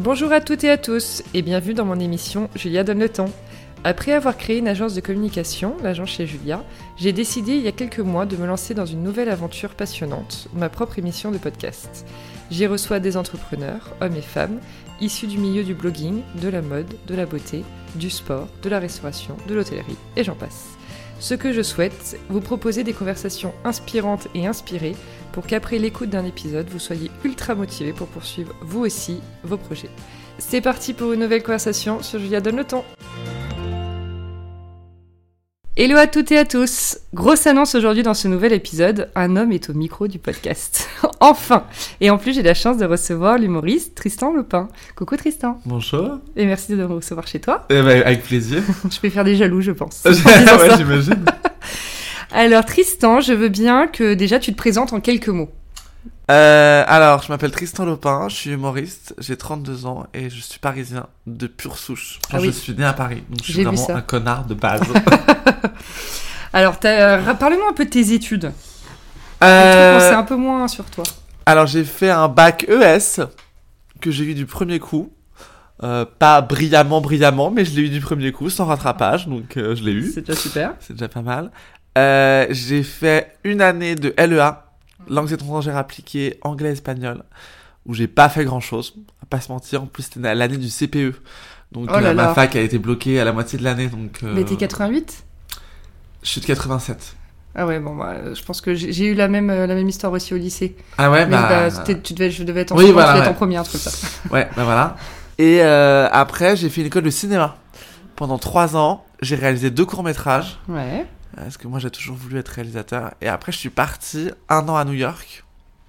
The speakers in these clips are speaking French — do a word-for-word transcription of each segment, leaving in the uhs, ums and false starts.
Bonjour à toutes et à tous et bienvenue dans mon émission Julia donne le temps. Après avoir créé une agence de communication, l'agence chez Julia, j'ai décidé il y a quelques mois de me lancer dans une nouvelle aventure passionnante, ma propre émission de podcast. J'y reçois des entrepreneurs, hommes et femmes, issus du milieu du blogging, de la mode, de la beauté, du sport, de la restauration, de l'hôtellerie et j'en passe. Ce que je souhaite, vous proposer des conversations inspirantes et inspirées pour qu'après l'écoute d'un épisode, vous soyez ultra motivés pour poursuivre vous aussi vos projets. C'est parti pour une nouvelle conversation sur Julia donne le temps. Hello à toutes et à tous. Grosse annonce aujourd'hui dans ce nouvel épisode, un homme est au micro du podcast. Enfin. Et en plus, j'ai la chance de recevoir l'humoriste Tristan Lopin. Coucou Tristan. Bonjour. Et merci de me recevoir chez toi. Eh ben, avec plaisir. Je peux faire des jaloux, je pense. Ouais, j'imagine. Alors Tristan, je veux bien que déjà tu te présentes en quelques mots. Euh, alors, je m'appelle Tristan Lopin, je suis humoriste, j'ai trente-deux ans et je suis parisien de pure souche. Enfin, ah oui. Je suis né à Paris, donc je suis J'ai vraiment un connard de base. Alors, euh, parle-moi un peu de tes études. Euh... On sait un peu moins sur toi. Alors, j'ai fait un bac E S que j'ai eu du premier coup. Euh, pas brillamment, brillamment, mais je l'ai eu du premier coup, sans rattrapage, donc euh, je l'ai eu. C'est déjà super. C'est déjà pas mal. Euh, j'ai fait une année de L E A, langues étrangères appliquées, anglais-espagnol, où j'ai pas fait grand-chose, à pas se mentir. En plus, c'était l'année du C P E, donc oh là euh, ma là. fac a été bloquée à la moitié de l'année. Donc. Euh... Mais t'es quatre-vingt-huit ? Je suis de quatre-vingt-sept. Ah ouais, bon, bah, je pense que j'ai, j'ai eu la même, euh, la même histoire aussi au lycée. Ah ouais, mais bah... bah tu devais, je devais être en, oui, seconde, voilà, tu devais ouais. être en premier, un truc comme ça. Ouais, bah voilà. Et euh, après, j'ai fait une école de cinéma. Pendant trois ans, j'ai réalisé deux courts-métrages. Ouais. Parce que moi, j'ai toujours voulu être réalisateur. Et après, je suis parti un an à New York,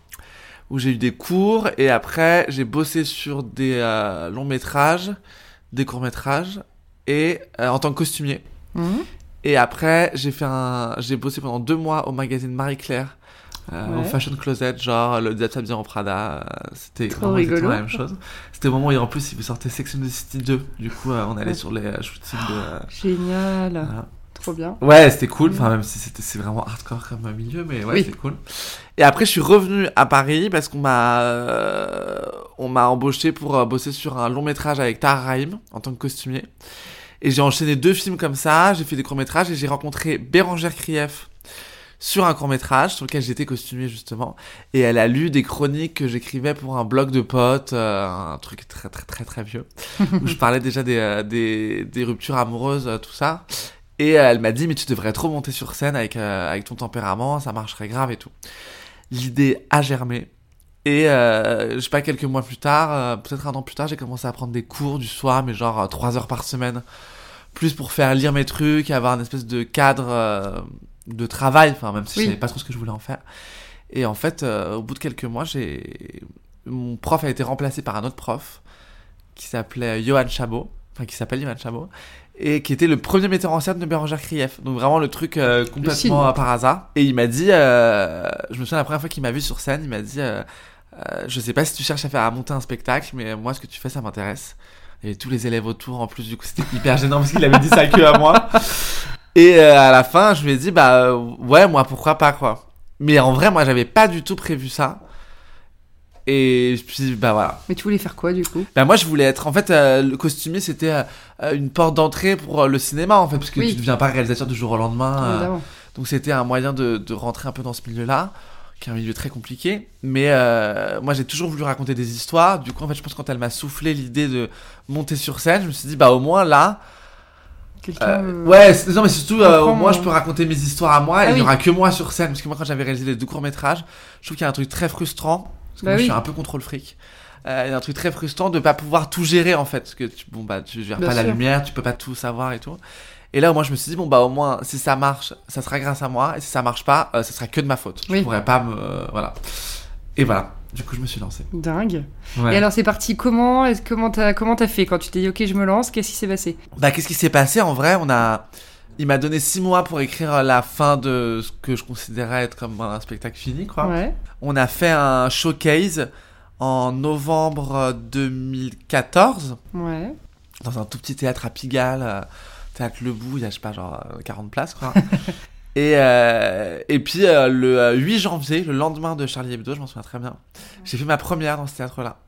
où j'ai eu des cours. Et après, j'ai bossé sur des euh, longs-métrages, des courts-métrages, et euh, en tant que costumier. Mmh. Et après, j'ai fait un, j'ai bossé pendant deux mois au magazine Marie-Claire, euh, ouais. au Fashion Closet, genre le Diable s'habille en Prada. Euh, c'était trop vraiment rigolo. la même chose. C'était au moment où en plus il vous sortait Sex and the City deux. Du coup, euh, on allait ouais. sur les euh, shootings de. Euh, Génial. Voilà. Trop bien. Ouais, c'était cool. Enfin, même si c'était c'est vraiment hardcore comme milieu, mais ouais, oui. C'était cool. Et après, je suis revenu à Paris parce qu'on m'a, euh, on m'a embauché pour euh, bosser sur un long métrage avec Tahar Rahim en tant que costumier. Et j'ai enchaîné deux films comme ça, j'ai fait des courts-métrages et j'ai rencontré Bérangère Krief sur un court-métrage sur lequel j'étais costumier justement. Et elle a lu des chroniques que j'écrivais pour un blog de potes, euh, un truc très très très très vieux, où je parlais déjà des, euh, des, des ruptures amoureuses, euh, tout ça. Et euh, elle m'a dit, mais tu devrais trop monter sur scène avec, euh, avec ton tempérament, ça marcherait grave et tout. L'idée a germé. Et euh, je sais pas, quelques mois plus tard, euh, peut-être un an plus tard, j'ai commencé à prendre des cours du soir, mais genre euh, trois heures par semaine. Plus pour faire lire mes trucs, avoir une espèce de cadre euh, de travail, enfin même si oui. Je savais pas trop ce que je voulais en faire. Et en fait, euh, au bout de quelques mois, j'ai mon prof a été remplacé par un autre prof qui s'appelait Johan Chabot, enfin qui s'appelle Johan Chabot, et qui était le premier metteur en scène de Bérangère Krief. Donc vraiment le truc euh, complètement euh, par hasard. Et il m'a dit, euh, je me souviens la première fois qu'il m'a vu sur scène, il m'a dit, euh, euh, je sais pas si tu cherches à faire à monter un spectacle, mais moi ce que tu fais ça m'intéresse. Et tous les élèves autour, en plus, du coup, c'était hyper gênant parce qu'il avait dit ça que à moi. Et euh, à la fin, je lui ai dit, bah, euh, ouais, moi, pourquoi pas, quoi. Mais en vrai, moi, j'avais pas du tout prévu ça. Et je me suis dit, bah voilà. Mais tu voulais faire quoi, du coup ? Bah, moi, je voulais être, en fait, euh, le costumier, c'était euh, une porte d'entrée pour euh, le cinéma, en fait, parce que oui. Tu deviens pas réalisateur du jour au lendemain. Euh, donc, c'était un moyen de, de rentrer un peu dans ce milieu-là, qui est un milieu très compliqué, mais euh, moi j'ai toujours voulu raconter des histoires. Du coup en fait je pense que quand elle m'a soufflé l'idée de monter sur scène, je me suis dit bah au moins là euh, ouais c'est, non mais surtout euh, au moins je peux raconter mes histoires à moi ah, et il oui. n'y aura que moi sur scène, parce que moi quand j'avais réalisé les deux courts-métrages, je trouve qu'il y a un truc très frustrant parce que bah moi oui. Je suis un peu contrôle fric. Euh, il y a un truc très frustrant de pas pouvoir tout gérer en fait, parce que tu, bon bah tu gères bien pas sûr. La lumière, tu peux pas tout savoir et tout. Et là, moi, je me suis dit, bon, bah, au moins, si ça marche, ça sera grâce à moi. Et si ça marche pas, euh, ça sera que de ma faute. Oui. Je pourrais pas me, euh, voilà. Et voilà. Du coup, je me suis lancé. Dingue. Ouais. Et alors, c'est parti comment? Est-ce, comment t'as, comment t'as fait quand tu t'es dit, ok, je me lance? Qu'est-ce qui s'est passé? Bah, qu'est-ce qui s'est passé? En vrai, on a, il m'a donné six mois pour écrire la fin de ce que je considérais être comme un spectacle fini, quoi. Ouais. On a fait un showcase en novembre deux mille quatorze. Ouais. Dans un tout petit théâtre à Pigalle. Euh, Théâtre Le Bout, il y a, je sais pas, genre quarante places, quoi. et, euh, et puis, euh, le huit janvier, le lendemain de Charlie Hebdo, je m'en souviens très bien, j'ai fait ma première dans ce théâtre-là.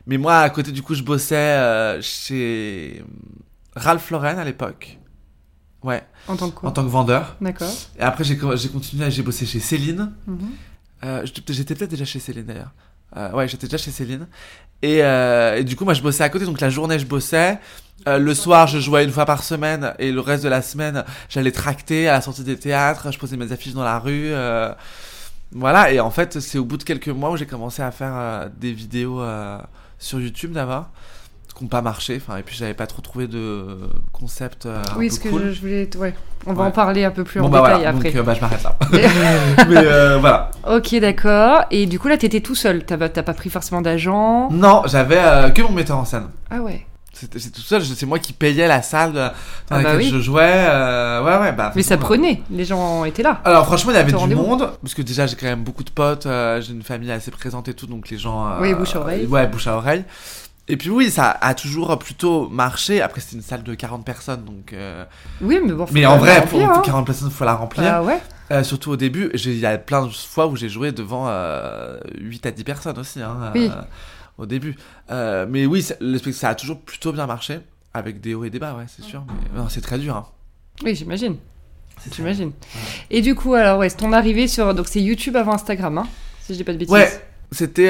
Mais moi, à côté, du coup, je bossais euh, chez Ralph Lauren à l'époque. Ouais. En tant que quoi ? En tant que vendeur. D'accord. Et après, j'ai, j'ai continué, j'ai bossé chez Céline. Mm-hmm. Euh, j'étais peut-être déjà chez Céline d'ailleurs. Euh, ouais, j'étais déjà chez Céline. Et, euh, et du coup, moi, je bossais à côté. Donc, la journée, je bossais. Euh, le soir, je jouais une fois par semaine. Et le reste de la semaine, j'allais tracter à la sortie des théâtres. Je posais mes affiches dans la rue. Euh, voilà. Et en fait, c'est au bout de quelques mois où j'ai commencé à faire euh, des vidéos euh, sur YouTube d'abord. Qui n'ont pas marché. Enfin, et puis, j'avais pas trop trouvé de concept euh, oui, un ce peu que cool. je, je voulais... Ouais. On va ouais. en parler un peu plus bon, en bah, détail voilà. après. Donc, euh, bah, je m'arrête là. Mais euh, voilà. Ok, d'accord. Et du coup, là, t'étais tout seul. T'as, t'as pas pris forcément d'agent ? Non, j'avais euh, que mon metteur en scène. Ah ouais. C'était, j'étais tout seul, c'est moi qui payais la salle dans ah laquelle bah oui. je jouais. Euh, ouais, ouais, bah. Mais ça prenait, les gens étaient là. Alors, franchement, il y avait du rendez-vous. monde, parce que déjà, j'ai quand même beaucoup de potes, euh, j'ai une famille assez présente et tout, donc les gens. Euh, oui, bouche à oreille. Euh, ouais, bouche à oreille. Et puis, oui, ça a toujours plutôt marché. Après, c'était une salle de quarante personnes, donc. Euh... Oui, mais bon, faut Mais en vrai, remplir, pour hein. quarante personnes, il faut la remplir. Ah ouais. Euh, surtout au début, il y a plein de fois où j'ai joué devant euh, huit à dix personnes aussi, hein, oui. euh, au début. Euh, mais oui, ça, le spectacle, ça a toujours plutôt bien marché. Avec des hauts et des bas, ouais, c'est sûr. Mais non, c'est très dur. Hein. Oui, j'imagine. C'est j'imagine. Ouais. Et du coup, alors, ouais, c'est ton arrivée sur. Donc, c'est YouTube avant Instagram, hein, si je dis pas de bêtises. Ouais, c'était,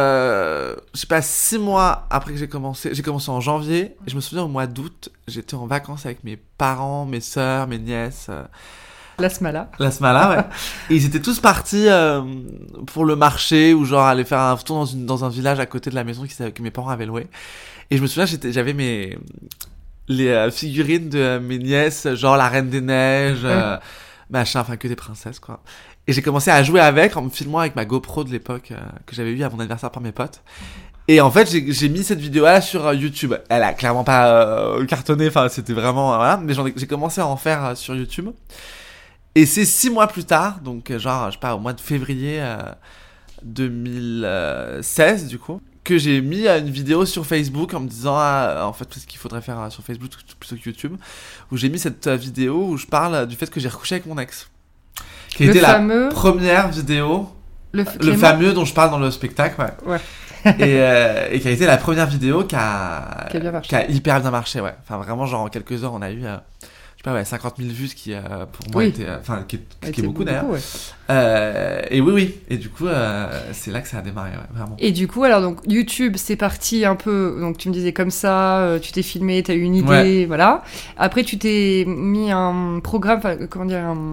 euh, je sais pas, six mois après que j'ai commencé. J'ai commencé en janvier. Et je me souviens, au mois d'août, j'étais en vacances avec mes parents, mes sœurs, mes nièces. Euh, La Smala. La Smala, ouais. Et ils étaient tous partis euh, pour le marché ou genre aller faire un tour dans, une, dans un village à côté de la maison qui, que mes parents avaient loué. Et je me souviens, j'étais, j'avais mes les euh, figurines de euh, mes nièces, genre la Reine des Neiges, ouais. euh, machin, enfin que des princesses, quoi. Et j'ai commencé à jouer avec en me filmant avec ma GoPro de l'époque euh, que j'avais eu à mon anniversaire par mes potes. Et en fait, j'ai, j'ai mis cette vidéo-là sur euh, YouTube. Elle a clairement pas euh, cartonné, enfin c'était vraiment euh, voilà. Mais j'en ai, j'ai commencé à en faire euh, sur YouTube. Et c'est six mois plus tard, donc euh, genre je sais pas au mois de février euh, deux mille seize du coup, que j'ai mis une vidéo sur Facebook en me disant ah, en fait ce qu'il faudrait faire sur Facebook plutôt que YouTube, où j'ai mis cette vidéo où je parle du fait que j'ai recouché avec mon ex, qui a le été fameux... la première vidéo, le, f- le fameux dont je parle dans le spectacle, ouais, ouais. et, euh, et qui a été la première vidéo qui a, qui a, bien marché. qui a hyper bien marché, ouais, enfin vraiment genre en quelques heures on a eu euh, je sais pas, ouais, cinquante mille vues, ce qui, euh, pour moi, oui. était, enfin, qui, qui, qui est beaucoup, beaucoup d'ailleurs. ouais. Euh, et oui, oui. Et du coup, euh, c'est là que ça a démarré, ouais, vraiment. Et du coup, alors, donc, YouTube, c'est parti un peu, donc, tu me disais comme ça, euh, tu t'es filmé, t'as eu une idée, ouais. Voilà. Après, tu t'es mis un programme, enfin, comment dire, un...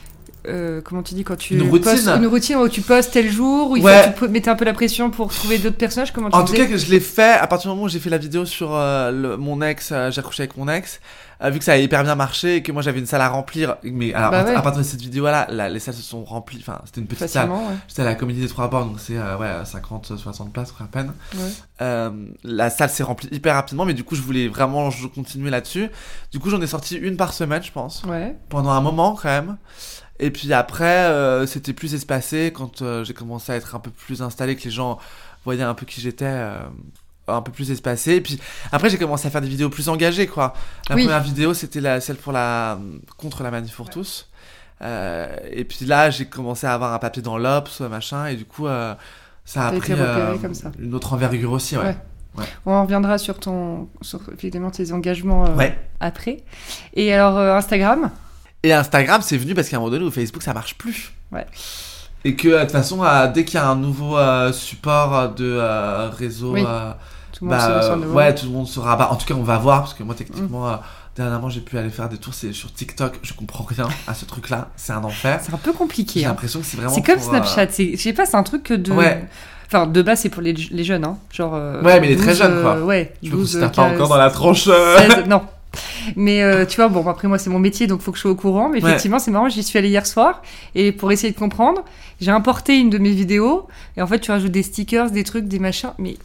Euh, comment tu dis quand tu une routine postes une routine où tu postes tel jour où il ouais. faut que tu mettais un peu la pression pour trouver d'autres personnages, comment tu en disais tout cas que je l'ai fait à partir du moment où j'ai fait la vidéo sur euh, le, mon ex euh, j'ai recouché avec mon ex euh, vu que ça a hyper bien marché et que moi j'avais une salle à remplir mais alors bah à, ouais. à partir de cette vidéo là, là les salles se sont remplies, enfin c'était une petite facilement, salle ouais. J'étais à la Comédie des Trois Bornes donc c'est euh, ouais cinquante soixante places à peine ouais. euh, la salle s'est remplie hyper rapidement mais du coup je voulais vraiment je continuer là-dessus, du coup j'en ai sorti une par semaine je pense, ouais. pendant un moment quand même. Et puis après, euh, c'était plus espacé quand euh, j'ai commencé à être un peu plus installé, que les gens voyaient un peu qui j'étais, euh, un peu plus espacé. Et puis après, j'ai commencé à faire des vidéos plus engagées, quoi. La oui. première vidéo, c'était la, celle pour la, contre la Manif pour tous. Euh, et puis là, j'ai commencé à avoir un papier dans l'Obs, machin, et du coup, euh, ça a T'as pris euh, une autre envergure aussi, ouais. ouais. Ouais. On reviendra sur ton, sur évidemment tes engagements euh, ouais. après. Et alors, euh, Instagram ? Et Instagram, c'est venu parce qu'à un moment donné où Facebook, ça marche plus. Ouais. Et que, de toute façon, euh, dès qu'il y a un nouveau euh, support de euh, réseau... Oui. Euh, tout le monde bah, se euh, ouais, tout le monde se rabat. En tout cas, on va voir, parce que moi, techniquement, mm. euh, dernièrement, j'ai pu aller faire des tours c'est sur TikTok. Je comprends rien à ce truc-là. C'est un enfer. C'est un peu compliqué. J'ai hein. l'impression que c'est vraiment C'est comme pour, Snapchat. Euh... C'est, je sais pas, c'est un truc que de... Ouais. Enfin, de base, c'est pour les, les jeunes, hein. Genre... Euh, ouais, mais les douze, très jeunes, quoi. Euh, ouais. Je douze, me pas encore dans la tranche... seize, non. Mais euh, tu vois, bon, après moi c'est mon métier donc faut que je sois au courant. Mais effectivement, ouais. C'est marrant, j'y suis allée hier soir et pour essayer de comprendre, j'ai importé une de mes vidéos et en fait tu rajoutes des stickers, des trucs, des machins, mais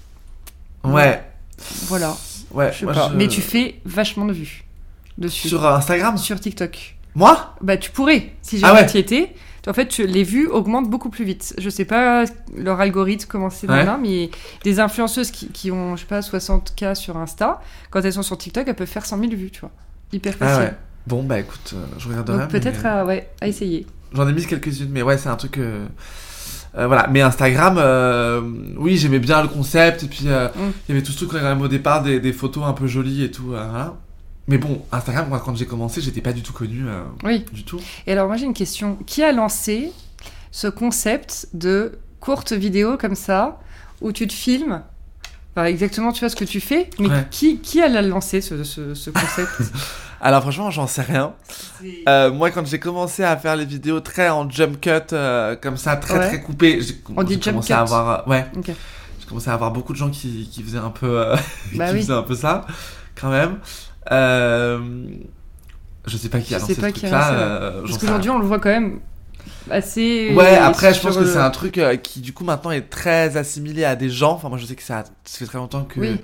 ouais, voilà. Ouais. Je sais pas. Je... Mais tu fais vachement de vues dessus. Sur Instagram, sur TikTok. Moi ? Bah tu pourrais si jamais ah ouais. tu y étais. En fait, tu, les vues augmentent beaucoup plus vite. Je sais pas leur algorithme, comment c'est ouais. là, mais des influenceuses qui, qui ont, je sais pas, soixante mille sur Insta, quand elles sont sur TikTok, elles peuvent faire cent mille vues, tu vois. Hyper facile. Ah ouais. Bon, bah écoute, euh, je regarderai. Donc peut-être mais... à, ouais, à essayer. J'en ai mis quelques-unes, mais ouais, c'est un truc... Euh... Euh, voilà, mais Instagram, euh, oui, j'aimais bien le concept, et puis il euh, mm. y avait tout ce truc quand même au départ, des, des photos un peu jolies et tout, euh, voilà. Mais bon, Instagram, moi, quand j'ai commencé, j'étais pas du tout connue, euh, oui. du tout. Et alors, moi, j'ai une question. Qui a lancé ce concept de courte vidéo comme ça, où tu te filmes, enfin, exactement, tu vois ce que tu fais, mais ouais. qui, qui a lancé ce, ce, ce concept? Alors franchement, j'en sais rien. Euh, moi, quand j'ai commencé à faire les vidéos très en jump cut, euh, comme ça, très ouais. très coupé, j'ai, On dit j'ai jump commencé cut. à avoir, euh, ouais, okay. j'ai commencé à avoir beaucoup de gens qui, qui faisaient un peu, euh, bah qui oui. faisaient un peu ça, quand même. Euh, je sais pas qui a lancé ce truc-là. Euh, Parce qu'aujourd'hui, on le voit quand même assez. Ouais, après, je pense que le... c'est un truc euh, qui, du coup, maintenant est très assimilé à des gens. Enfin, moi, je sais que ça, ça fait très longtemps que. Oui.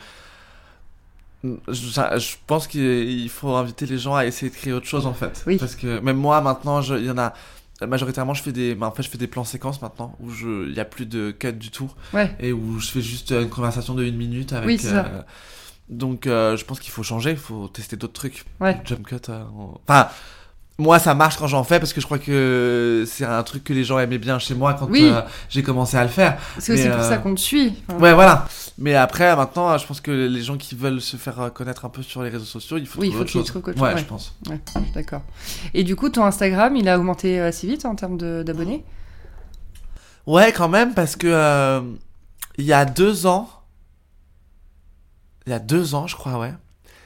Je, je pense qu'il faut inviter les gens à essayer de créer autre chose en fait. Oui. Parce que même moi maintenant, il y en a majoritairement, je fais des, bah, en fait, je fais des plans séquences maintenant où je, il y a plus de cut du tout. Ouais. Et où je fais juste une conversation de une minute avec. Oui, c'est euh, ça. Donc, euh, je pense qu'il faut changer, il faut tester d'autres trucs. Ouais. Jump cut. Euh, on... Enfin. Moi, ça marche quand j'en fais parce que je crois que c'est un truc que les gens aimaient bien chez moi quand oui. euh, j'ai commencé à le faire. C'est aussi euh... pour ça qu'on te suit. Enfin... Ouais, voilà. Mais après, maintenant, je pense que les gens qui veulent se faire connaître un peu sur les réseaux sociaux, il faut oui, trouver autre chose. Autre chose. Ouais, ouais, je pense. Ouais, d'accord. Et du coup, ton Instagram, il a augmenté assez vite en termes de, d'abonnés ? Ouais, quand même, parce que euh, il y a deux ans, il y a deux ans, je crois, ouais.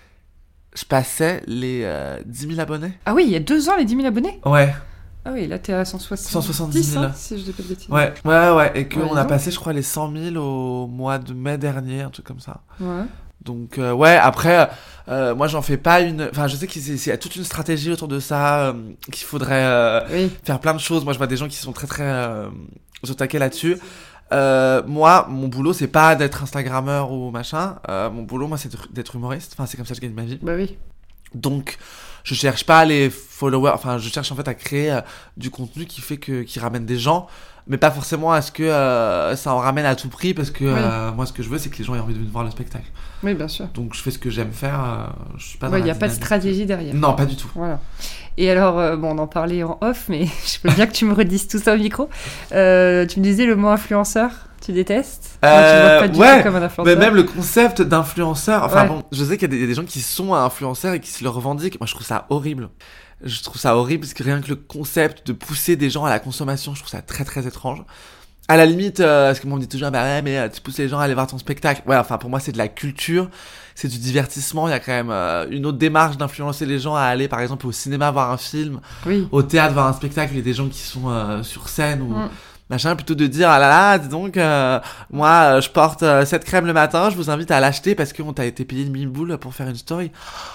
Je passais les euh, dix mille abonnés. Ah oui, il y a deux ans, les dix mille abonnés ? Ouais. Ah oui, là, t'es à cent soixante-dix, cent soixante-dix mille. Hein, si je dis pas de bêtises. Ouais, ouais, ouais. Et qu'on ouais, a passé, je crois, les cent mille au mois de mai dernier, un truc comme ça. Ouais. Donc, euh, ouais, après, euh, moi, j'en fais pas une... Enfin, je sais qu'il y a toute une stratégie autour de ça, euh, qu'il faudrait euh, oui. faire plein de choses. Moi, je vois des gens qui sont très, très euh, au taquet là-dessus. Euh, moi, mon boulot, c'est pas d'être Instagrammeur ou machin. Euh, mon boulot, moi, c'est d'être humoriste. Enfin, c'est comme ça que je gagne ma vie. Bah oui. Donc, je cherche pas les followers. Enfin, je cherche en fait à créer euh, du contenu qui fait que qui ramène des gens, mais pas forcément à ce que euh, ça en ramène à tout prix, parce que oui. euh, moi, ce que je veux, c'est que les gens aient envie de venir voir le spectacle. Oui, bien sûr. Donc, je fais ce que j'aime faire. Euh, je suis pas. Il ouais, n'y a pas de stratégie derrière. Non, pas du tout. Voilà. Et alors, euh, bon, on en parlait en off, mais je veux bien que tu me redises tout ça au micro. Euh, tu me disais le mot influenceur, tu détestes ? euh, non, tu le vois pas du ouais, tout comme un influenceur. Mais même le concept d'influenceur. Enfin ouais. bon, je sais qu'il y a, des, y a des gens qui sont influenceurs et qui se le revendiquent. Moi, je trouve ça horrible. Je trouve ça horrible parce que rien que le concept de pousser des gens à la consommation, je trouve ça très très étrange. À la limite, euh, parce que moi on me dit toujours, bah ouais, mais euh, tu pousses les gens à aller voir ton spectacle. Ouais, enfin pour moi c'est de la culture, c'est du divertissement. Il y a quand même euh, une autre démarche d'influencer les gens à aller par exemple au cinéma voir un film, oui. au théâtre voir un spectacle. Il y a des gens qui sont euh, sur scène ou mm. machin, plutôt de dire ah là là, dis donc, euh, moi euh, je porte euh, cette crème le matin, je vous invite à l'acheter parce qu'on t'a été payé une mille boules pour faire une story.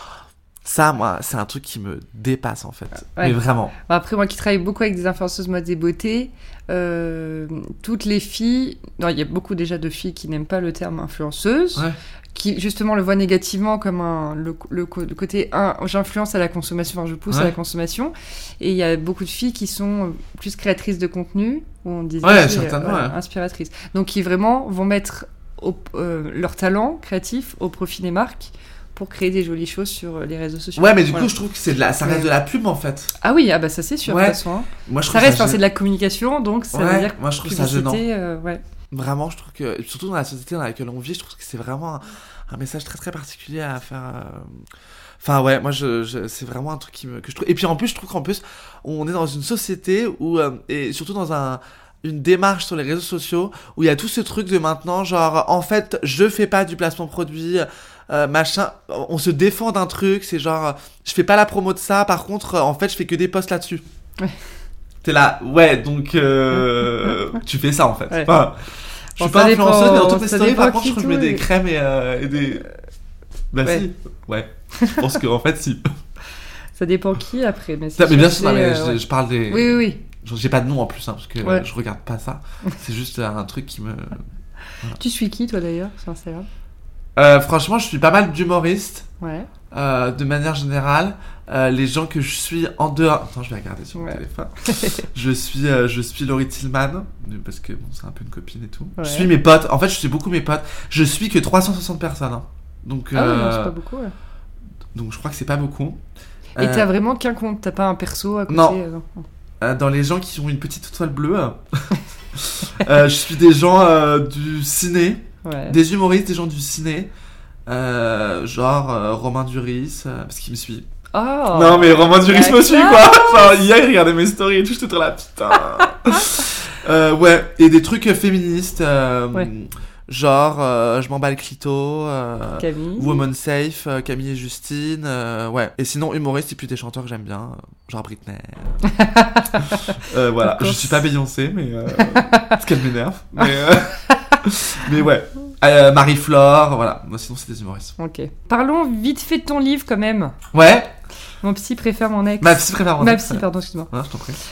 Ça, moi, c'est un truc qui me dépasse, en fait. Ouais. Mais vraiment. Après, moi qui travaille beaucoup avec des influenceuses mode et beauté, euh, toutes les filles... Non, il y a beaucoup déjà de filles qui n'aiment pas le terme influenceuse, ouais. qui, justement, le voient négativement comme un, le, le, le côté un, j'influence à la consommation, enfin, je pousse ouais. à la consommation. Et il y a beaucoup de filles qui sont plus créatrices de contenu, où on disait ouais, aussi, certainement, euh, ouais. inspiratrices. Donc, qui vraiment vont mettre au, euh, leur talent créatif au profit des marques, pour créer des jolies choses sur les réseaux sociaux. Ouais, mais du voilà. coup, je trouve que c'est de la, ça reste de la pub, en fait. Ah oui, ah bah ça c'est sûr, ouais. de toute façon. Hein. Moi, je ça reste, ça c'est de la communication, donc ça ouais, veut dire moi, je trouve publicité, ça gênant. Euh, ouais. Vraiment, je trouve que, surtout dans la société dans laquelle on vit, je trouve que c'est vraiment un, un message très très particulier à faire. Euh... Enfin ouais, moi je, je c'est vraiment un truc qui me que je trouve. Et puis en plus, je trouve qu'en plus, on est dans une société où euh, et surtout dans un une démarche sur les réseaux sociaux où il y a tout ce truc de maintenant, genre en fait, je fais pas du placement produit. Euh, machin, on se défend d'un truc, c'est genre je fais pas la promo de ça, par contre en fait je fais que des posts là-dessus. Ouais. T'es là, ouais, donc euh, tu fais ça en fait. Ouais. Enfin, je bon, suis pas influenceuse, mais dans toutes mes ça stories, par contre, je tout, trouve que je mets et... des crèmes et, euh, et des. Bah ouais. si, ouais. Je pense qu'en fait, si. Ça dépend qui après, mais. Ça, mais bien sûr, mais euh, je, ouais. je parle des. Oui, oui, oui. J'ai pas de nom en plus, hein, parce que ouais. je regarde pas ça. C'est juste un truc qui me. Voilà. Tu suis qui toi d'ailleurs sur Instagram? Euh, franchement, je suis pas mal d'humoristes. Ouais. Euh, de manière générale, euh, les gens que je suis en dehors. Attends, je vais regarder sur mon ouais. téléphone. je suis, euh, je suis Laurie Tillman parce que bon, c'est un peu une copine et tout. Ouais. Je suis mes potes. En fait, je suis beaucoup mes potes. Je suis que trois cent soixante personnes. Hein. Donc. Ah euh... oui, non, c'est pas beaucoup. Ouais. Donc, je crois que c'est pas beaucoup. Et euh... t'as vraiment qu'un compte, t'as pas un perso à côté. Non. Euh, non. euh, dans les gens qui ont une petite étoile bleue. euh, je suis des gens euh, du ciné, ouais. des humoristes, des gens du ciné, euh, genre euh, Romain Duris, euh, parce qu'il me suit. Oh, non mais Romain Duris me suit quoi. Genre hier il regardait mes stories et tout, j'étais trop là putain. euh, ouais, et des trucs féministes. Euh, ouais. Genre, euh, je m'en bats le clito, euh, Camille. Woman Safe, euh, Camille et Justine, euh, ouais. Et sinon, humoriste et puis des chanteurs que j'aime bien, euh, genre Britney. euh, voilà, je suis pas Beyoncé, mais euh, parce qu'elle m'énerve. Mais, euh, mais ouais, euh, Marie-Flore, voilà. Moi, sinon, c'est des humoristes. Ok. Parlons vite fait de ton livre quand même. Ouais. Mon psy préfère mon ex. Ma psy préfère mon Ma ex. Ma psy, pardon, excuse-moi. Ouais, je t'en prie.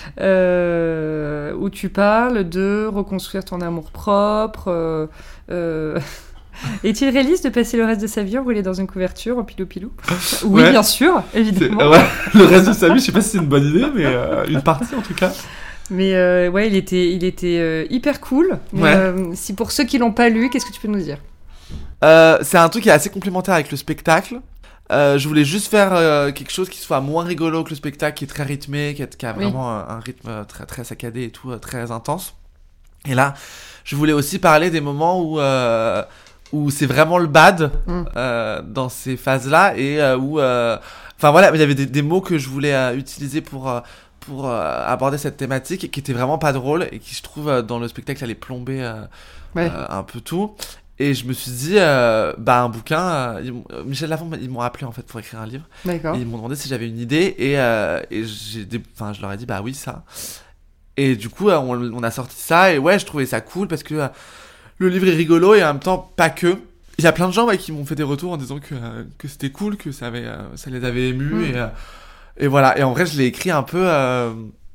Euh, où tu parles de reconstruire ton amour propre. Euh, euh... Est-il réaliste de passer le reste de sa vie enroulé dans une couverture en pilou-pilou ? Oui, ouais. Bien sûr, évidemment. Ouais, le reste de sa vie, je sais pas si c'est une bonne idée, mais euh, une partie en tout cas. Mais euh, ouais, il était, il était euh, hyper cool. Mais, ouais. euh, si pour ceux qui l'ont pas lu, qu'est-ce que tu peux nous dire ? euh, C'est un truc qui est assez complémentaire avec le spectacle. Euh, je voulais juste faire euh, quelque chose qui soit moins rigolo que le spectacle, qui est très rythmé, qui, est, qui a vraiment oui. un, un rythme très, très saccadé et tout, euh, très intense. Et là, je voulais aussi parler des moments où, euh, où c'est vraiment le bad mm. euh, dans ces phases-là et euh, où... Enfin euh, voilà, il y avait des, des mots que je voulais euh, utiliser pour... Euh, pour euh, aborder cette thématique qui était vraiment pas drôle et qui, je trouve, euh, dans le spectacle, allait plomber euh, ouais. euh, un peu tout. Et je me suis dit, euh, bah un bouquin, euh, ils Michel Lafon, ils m'ont appelé en fait pour écrire un livre. D'accord. Et ils m'ont demandé si j'avais une idée et, euh, et j'ai des... enfin, je leur ai dit, bah oui, ça. Et du coup, euh, on, on a sorti ça et ouais, je trouvais ça cool parce que euh, le livre est rigolo et en même temps, pas que. Il y a plein de gens ouais, qui m'ont fait des retours en disant que, euh, que c'était cool, que ça, avait, euh, ça les avait émus. Mmh. Et, euh, et voilà, et en vrai, je l'ai écrit un peu... Euh,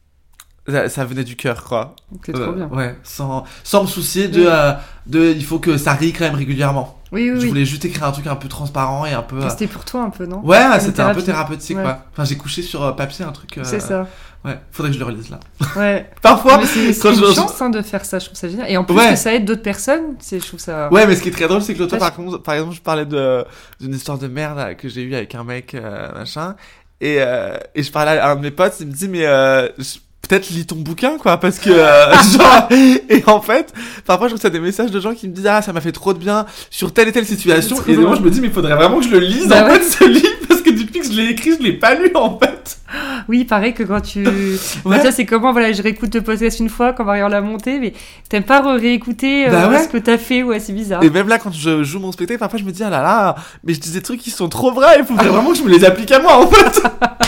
Ça, ça venait du cœur, quoi. C'est euh, trop bien. Ouais, sans, sans me soucier de, oui. euh, de... Il faut que ça rie quand même régulièrement. Oui, oui, Je oui. voulais juste écrire un truc un peu transparent et un peu... Euh... C'était pour toi un peu, non ? Ouais, c'était thérapie. Un peu thérapeutique, ouais. quoi. Enfin, j'ai couché sur euh, papier un truc... Euh... C'est ça. Ouais, faudrait que je le relise, là. Ouais. Parfois, mais c'est, c'est quand une je... chance hein, de faire ça, je trouve ça génial. Et en plus ouais. que ça aide d'autres personnes, c'est, je trouve ça... Ouais, mais ce qui est très drôle, c'est que l'autre, par, contre, par exemple, je parlais de, d'une histoire de merde là, que j'ai eue avec un mec, euh, machin, et, euh, et je parlais à un de mes potes, il me dit, mais... Euh, je... peut-être lis ton bouquin quoi parce que euh, genre et en fait parfois je reçois des messages de gens qui me disent ah ça m'a fait trop de bien sur telle et telle situation et moi je me dis mais il faudrait vraiment que je le lise bah en ouais. fait ce livre parce que depuis que je l'ai écrit je l'ai pas lu en fait. Oui pareil que quand tu ouais. bah, ça c'est comment voilà je réécoute le podcast une fois quand Marion l'a monté mais t'aimes pas réécouter euh, bah ouais. ce que t'as fait ouais c'est bizarre. Et même là quand je joue mon spectacle parfois je me dis ah là là mais je dis des trucs qui sont trop vrais il faudrait vraiment que je me les applique à moi en fait.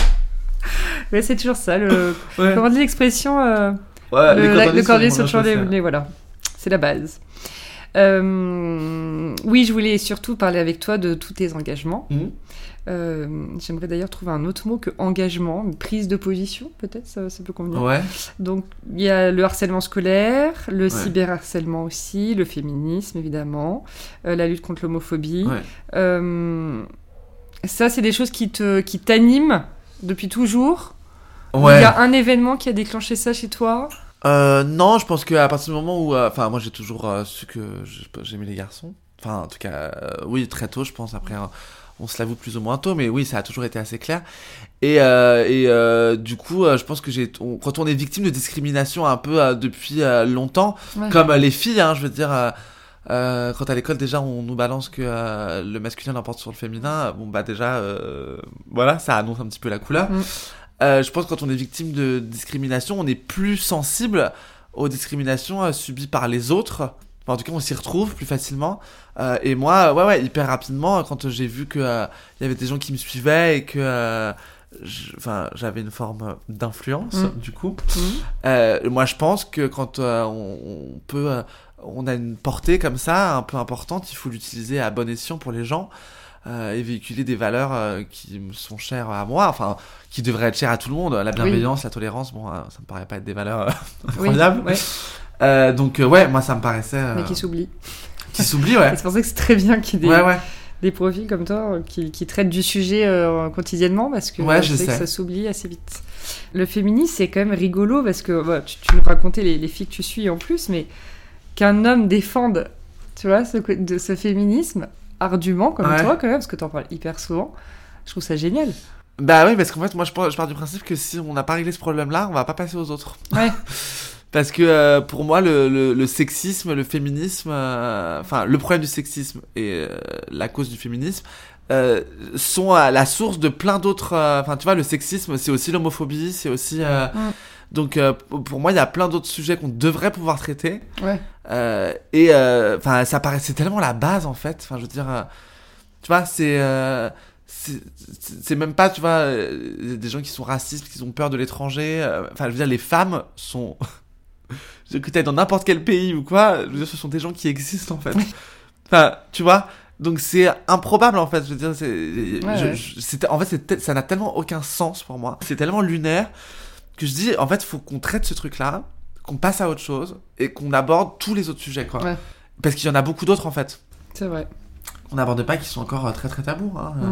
Mais c'est toujours ça, le... ouais. comment on dit l'expression euh... ouais, le, la, le cordonnier sur le champ des blés, voilà. C'est la base. Euh... Oui, je voulais surtout parler avec toi de tous tes engagements. Mmh. Euh, j'aimerais d'ailleurs trouver un autre mot que engagement, une prise de position, peut-être, ça, ça peut convenir. Ouais. Donc, il y a le harcèlement scolaire, le ouais. cyberharcèlement aussi, le féminisme, évidemment, euh, la lutte contre l'homophobie. Ouais. Euh... Ça, c'est des choses qui, te, qui t'animent depuis toujours. Ouais. Il y a un événement qui a déclenché ça chez toi ? euh, Non, je pense qu'à partir du moment où... Enfin, euh, moi, j'ai toujours euh, su que j'aimais les garçons. Enfin, en tout cas, euh, oui, très tôt, je pense. Après, hein, on se l'avoue plus ou moins tôt, mais oui, ça a toujours été assez clair. Et, euh, et euh, du coup, euh, je pense que j'ai... On, quand on est victime de discrimination un peu euh, depuis euh, longtemps, ouais. comme euh, les filles, hein, je veux dire... Euh, Euh, quand à l'école déjà on nous balance que euh, le masculin l'emporte sur le féminin, bon bah déjà euh, voilà ça annonce un petit peu la couleur. Mm. Euh, je pense que quand on est victime de discrimination, on est plus sensible aux discriminations euh, subies par les autres. Enfin, en tout cas, on s'y retrouve plus facilement. Euh, et moi, ouais ouais, hyper rapidement quand j'ai vu que il euh, y avait des gens qui me suivaient et que euh, enfin j'avais une forme d'influence mm. du coup. Mm. Euh, moi, je pense que quand euh, on, on peut euh, on a une portée comme ça, un peu importante, il faut l'utiliser à bon escient pour les gens euh, et véhiculer des valeurs euh, qui me sont chères à moi, enfin, qui devraient être chères à tout le monde. La bienveillance, oui. la tolérance, bon, euh, ça me paraît pas être des valeurs euh, incroyables. Oui, ouais. euh, donc, euh, ouais, moi, ça me paraissait... Euh, Mais qui s'oublient. Qui s'oublient, ouais. Et c'est pour ça que c'est très bien qu'il y ait des, ouais, ouais. des profils comme toi qui, qui traitent du sujet euh, quotidiennement, parce que ouais, je, je sais, sais que ça s'oublie assez vite. Le féminisme, c'est quand même rigolo, parce que bah, tu, tu nous racontais les, les filles que tu suis en plus, mais... qu'un homme défende, tu vois, ce, de ce féminisme ardument comme ouais. toi quand même, parce que t'en parles hyper souvent, je trouve ça génial. Bah oui, parce qu'en fait, moi, je pars, je pars du principe que si on n'a pas réglé ce problème-là, on va pas passer aux autres. Ouais. Parce que euh, pour moi, le, le, le sexisme, le féminisme, euh, enfin, le problème du sexisme et euh, la cause du féminisme euh, sont à la source de plein d'autres. Enfin, euh, tu vois, le sexisme, c'est aussi l'homophobie, c'est aussi. Euh, mm. Donc, euh, pour moi, il y a plein d'autres sujets qu'on devrait pouvoir traiter. Ouais. Euh, et enfin, euh, ça paraissait tellement la base, en fait. Enfin, je veux dire, euh, tu vois, c'est. Euh, C'est, c'est même pas, tu vois, euh, des gens qui sont racistes, qui ont peur de l'étranger. Enfin, euh, je veux dire, les femmes sont. Que t'ailles dans n'importe quel pays ou quoi, je veux dire, ce sont des gens qui existent en fait. Enfin, tu vois, donc c'est improbable en fait. Je veux dire, c'est. Ouais, je, ouais. Je, c'est en fait, c'est, ça n'a tellement aucun sens pour moi. C'est tellement lunaire que je dis, en fait, faut qu'on traite ce truc-là, qu'on passe à autre chose et qu'on aborde tous les autres sujets, quoi. Ouais. Parce qu'il y en a beaucoup d'autres en fait. C'est vrai. On n'aborde pas qui sont encore très très tabous. Hein. Mm.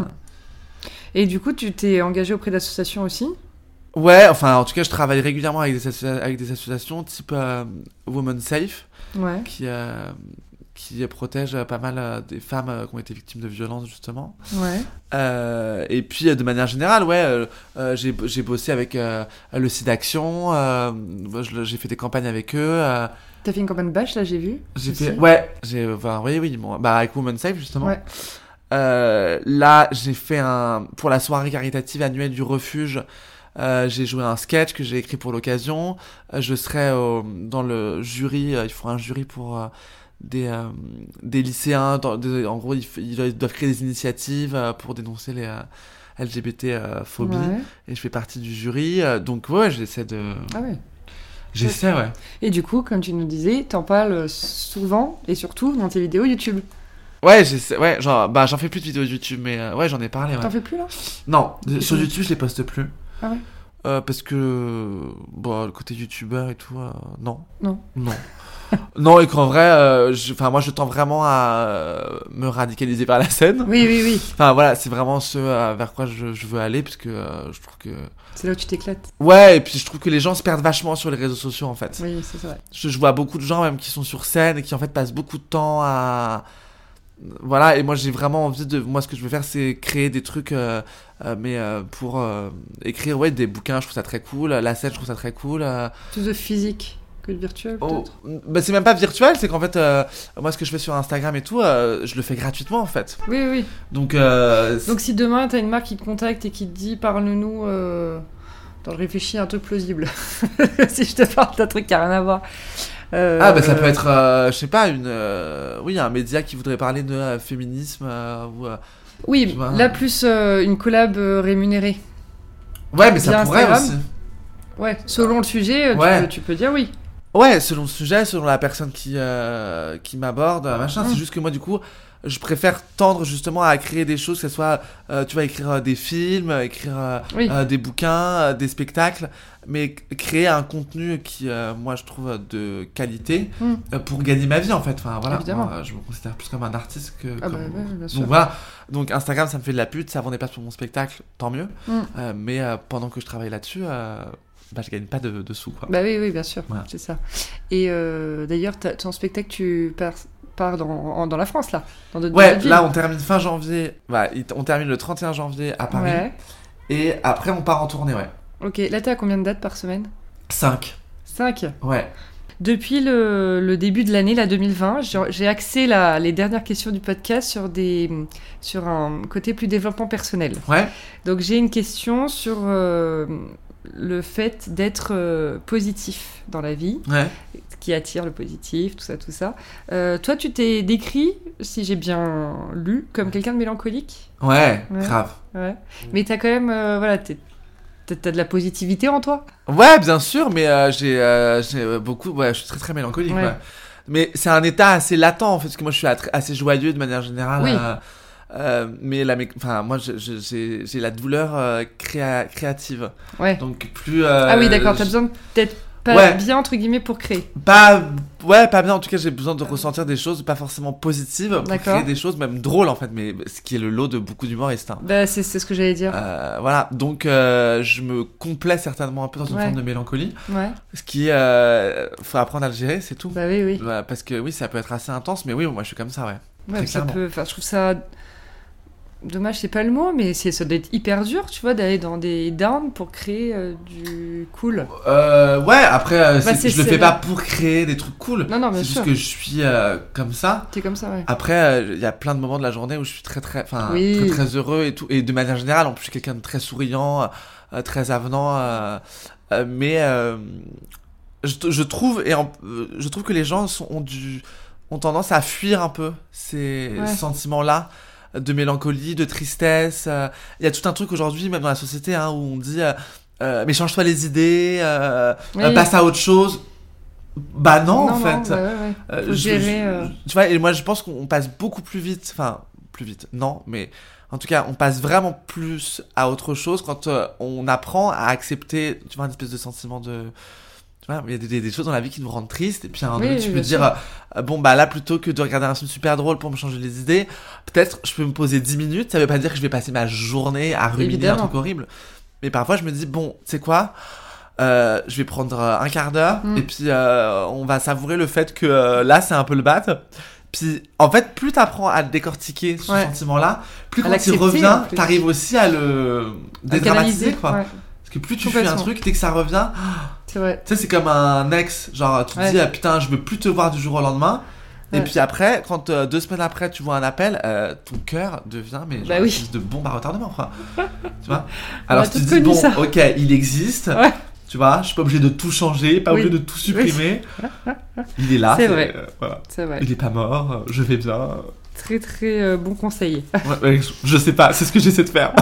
Et du coup, tu t'es engagé auprès d'associations aussi ? Ouais, enfin, en tout cas, je travaille régulièrement avec des, associa- avec des associations type euh, Women Safe, ouais. qui, euh, qui protège pas mal euh, des femmes euh, qui ont été victimes de violences, justement. Ouais. Euh, et puis, euh, de manière générale, ouais, euh, euh, j'ai, j'ai bossé avec euh, le SIDAction, euh, j'ai fait des campagnes avec eux. Euh, T'as fait une campagne bâche, là, j'ai vu. J'ai fait, ouais, j'ai, enfin, oui, oui, bon, bah, avec Women Safe, justement. Ouais. Euh, là, j'ai fait un, pour la soirée caritative annuelle du refuge, euh, j'ai joué un sketch que j'ai écrit pour l'occasion. Euh, je serai au, dans le jury, euh, il faut un jury pour euh, des, euh, des lycéens, dans, de, en gros, ils, ils doivent créer des initiatives euh, pour dénoncer les euh, L G B T-phobies, euh, ouais. Et je fais partie du jury, euh, donc ouais, j'essaie de... Ah ouais. J'essaie, ouais. Et du coup, comme tu nous disais, t'en parles souvent et surtout dans tes vidéos YouTube. Ouais, j'essaie, ouais, genre, bah, j'en fais plus de vidéos YouTube, mais euh, ouais, j'en ai parlé. Ouais. T'en fais plus là ? Non, de, sur YouTube, je les poste plus. Ah ouais. Euh, parce que, bon, le côté youtubeur et tout, euh, non. Non. Non. Non, et qu'en vrai, euh, enfin, moi, je tends vraiment à euh, me radicaliser vers la scène. Oui, oui, oui. Enfin, voilà, c'est vraiment ce euh, vers quoi je, je veux aller, parce que euh, je trouve que. C'est là où tu t'éclates. Ouais, et puis je trouve que les gens se perdent vachement sur les réseaux sociaux, en fait. Oui, c'est vrai. Je, je vois beaucoup de gens, même, qui sont sur scène et qui, en fait, passent beaucoup de temps à. Voilà, et moi j'ai vraiment envie de. Moi, ce que je veux faire, c'est créer des trucs, euh, euh, mais euh, pour euh, écrire, ouais, des bouquins, je trouve ça très cool. La scène, je trouve ça très cool. Euh... Plus de physique que de virtuel, peut-être. Oh, bah, c'est même pas virtuel, c'est qu'en fait, euh, moi, ce que je fais sur Instagram et tout, euh, je le fais gratuitement, en fait. Oui, oui. Donc, euh, Donc si demain, t'as une marque qui te contacte et qui te dit, parle-nous. Euh... Attends, je réfléchis à un truc plausible. Si je te parle d'un truc qui a rien à voir. Euh... Ah bah ça peut être, euh, je sais pas, une, euh, oui, un média qui voudrait parler de euh, féminisme euh, ou. Euh, oui, vois, là plus euh, une collab euh, rémunérée. Ouais, mais ça pourrait Instagram. Aussi. Ouais, selon le sujet, tu, ouais. peux, tu peux dire oui. Ouais, selon le sujet, selon la personne qui euh, qui m'aborde, machin. Mmh. C'est juste que moi du coup, je préfère tendre justement à créer des choses, que ce soit, euh, tu vois, écrire euh, des films, écrire euh, oui. euh, des bouquins, euh, des spectacles, mais créer un contenu qui, euh, moi, je trouve de qualité mm. euh, pour gagner ma vie, en fait. Enfin, voilà. Moi, je me considère plus comme un artiste que. Ah comme... bah, ouais, bien sûr. Donc voilà. Donc Instagram, ça me fait de la pute, ça vend des places pour mon spectacle, tant mieux. Mm. Euh, mais euh, pendant que je travaille là-dessus. Euh... Bah, je gagne pas de, de sous, quoi. Bah oui, oui, bien sûr, voilà. C'est ça. Et euh, d'ailleurs, ton spectacle, tu pars, pars dans, en, dans la France, là dans de, Ouais, dans là, on termine fin janvier. Bah, on termine le trente et un janvier à Paris. Ouais. Et après, on part en tournée, ouais. Ok, là, t'es à combien de dates par semaine ? Cinq. Cinq ? Ouais. Depuis le, le début de l'année, là, deux mille vingt, j'ai axé la, les dernières questions du podcast sur, des, sur un côté plus développement personnel. Ouais. Donc, j'ai une question sur... Euh, le fait d'être euh, positif dans la vie, ouais. qui attire le positif, tout ça, tout ça. Euh, toi, tu t'es décrit, si j'ai bien lu, comme quelqu'un de mélancolique. Ouais, ouais. grave. Ouais. Mais t'as quand même, euh, voilà, t'es, t'as de la positivité en toi. Ouais, bien sûr, mais euh, j'ai, euh, j'ai beaucoup, ouais, je suis très très mélancolique. Ouais. Ouais. Mais c'est un état assez latent, en fait, parce que moi, je suis assez joyeux de manière générale. Oui. Euh, Euh, mais la, enfin, moi, je, je, j'ai, j'ai la douleur euh, créa, créative. Ouais. Donc plus. Euh, ah oui, d'accord. T'as besoin d'être pas ouais. bien entre guillemets pour créer. Pas, ouais, pas bien. En tout cas, j'ai besoin de ressentir des choses pas forcément positives pour d'accord. créer des choses même drôles en fait. Mais ce qui est le lot de beaucoup d'humoristes. Hein. Bah, c'est, c'est ce que j'allais dire. Euh, voilà. Donc, euh, je me complais certainement un peu dans une ouais. forme de mélancolie. Ouais. Ce qui, euh, faut apprendre à le gérer, c'est tout. Bah oui, oui. Ouais, parce que oui, ça peut être assez intense, mais oui, moi, je suis comme ça, ouais. Ouais, ça peut. Enfin, je trouve ça. dommage, c'est pas le mot, mais c'est, ça doit être hyper dur, tu vois, d'aller dans des downs pour créer euh, du cool. Euh, ouais, après, euh, Bah, c'est, c'est- je le c'est fais vrai. pas pour créer des trucs cool. Non, non, bien C'est sûr. juste que je suis euh, comme ça. T'es comme ça, ouais. Après, il y a plein de moments de la journée où je suis très très, enfin Oui. très très heureux et tout. Et de manière générale, en plus, je suis quelqu'un de très souriant, euh, très avenant. Euh, euh, mais euh, je, je trouve et en- euh, je trouve que les gens sont, ont du ont tendance à fuir un peu ces Ouais. sentiments-là de mélancolie, de tristesse. euh. Il y a tout un truc aujourd'hui, même dans la société, hein, où on dit euh, euh, mais change-toi les idées, euh, Oui. euh, passe à autre chose. Bah non, en non, fait. ouais, ouais, ouais. Euh, Faut je- gérer. je- euh, Tu vois, et moi je pense qu'on passe beaucoup plus vite, enfin, plus vite, non, mais en tout cas, on passe vraiment plus à autre chose quand euh, on apprend à accepter, tu vois, une espèce de sentiment de. Tu vois, il y a des, des- des choses dans la vie qui nous rendent tristes, et puis à un moment Oui, donné, tu oui, peux bien dire, euh, bon, bah là, plutôt que de regarder un film super drôle pour me changer les idées, peut-être je peux me poser dix minutes, ça veut pas dire que je vais passer ma journée à ruminer Évidemment. un truc horrible, mais parfois je me dis, bon, tu sais quoi? Euh, je vais prendre euh, un quart d'heure Mm. et puis euh, on va savourer le fait que euh, là c'est un peu le bat. Puis en fait, plus t'apprends à décortiquer ce Ouais. sentiment-là, plus À quand il l'accepter, en revient, plus. t'arrives aussi à le à dédramatiser canaliser, quoi. ouais, Parce que plus tu fais un Complètement. truc, dès que ça revient, c'est vrai. tu sais, c'est comme un ex, genre tu te Ouais. dis ah, putain, je veux plus te voir du jour au lendemain. Et Ouais. puis après, quand euh, deux semaines après tu vois un appel, euh, ton cœur devient mais genre Bah une oui. espèce de bombe à retardement quoi. Tu vois. On Alors a si tu tous te dis connu bon, ça. ok, il existe. Ouais. Tu vois, je suis pas obligé de tout changer, pas Oui. obligé de tout supprimer. Il est là. C'est vrai. euh, voilà. C'est vrai. Il est pas mort, euh, je vais bien. Très très euh, bon conseiller. Ouais, ouais, je- je sais pas, c'est ce que j'essaie de faire.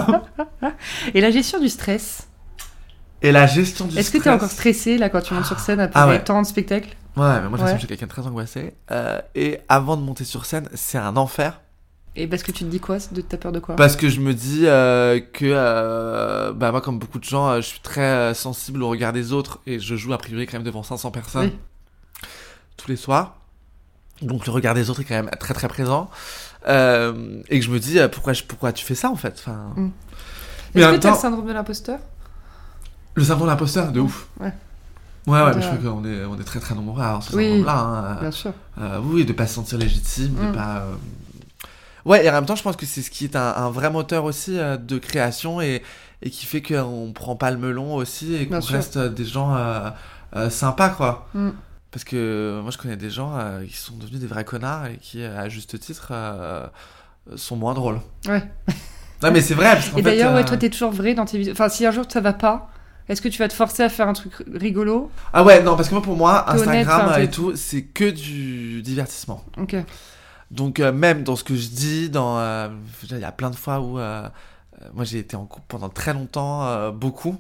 Et la gestion du stress. Et la gestion du Est-ce que stress. t'es encore stressé là quand tu montes sur scène après Ah ouais. tant de spectacles? Ouais, mais moi de toute façon, Ouais. je suis quelqu'un de très angoissé. Euh, et avant de monter sur scène, c'est un enfer. Et parce que tu te dis quoi? De ta peur de quoi? Parce que je me dis euh, que, euh, bah moi comme beaucoup de gens, euh, je suis très euh, sensible au regard des autres. Et je joue a priori quand même devant cinq cents personnes Oui. tous les soirs. Donc le regard des autres est quand même très très présent. Euh, et que je me dis, euh, pourquoi, je- pourquoi tu fais ça en fait enfin... Mm. Mais Est-ce en que même t'as temps, le syndrome de l'imposteur? le syndrome de l'imposteur, de ouf. Ouais. Ouais, ouais, De- mais je crois qu'on est, on est très très nombreux à avoir ce Oui. syndrome-là. Hein. Bien sûr. Euh, oui, de pas se sentir légitime, de Mm. pas. euh, Ouais, et en même temps, je pense que c'est ce qui est un, un vrai moteur aussi euh, de création et, et qui fait qu'on prend pas le melon aussi et Bien qu'on sûr. reste euh, des gens euh, euh, sympas, quoi. Mm. Parce que euh, moi, je connais des gens euh, qui sont devenus des vrais connards et qui, euh, à juste titre, euh, sont moins drôles. Ouais. Non, mais c'est vrai. Parce qu'en Et fait, d'ailleurs, euh, ouais, toi t'es toujours vrai dans tes vidéos. Enfin, si un jour ça va pas, est-ce que tu vas te forcer à faire un truc rigolo? Ah ouais, non, parce que moi, pour moi, T'es honnête, Instagram enfin, et t'es- tout, c'est que du divertissement. Ok. Donc euh, même dans ce que je dis, dans euh, il y a plein de fois où euh, euh, moi j'ai été en couple pendant très longtemps, euh, beaucoup,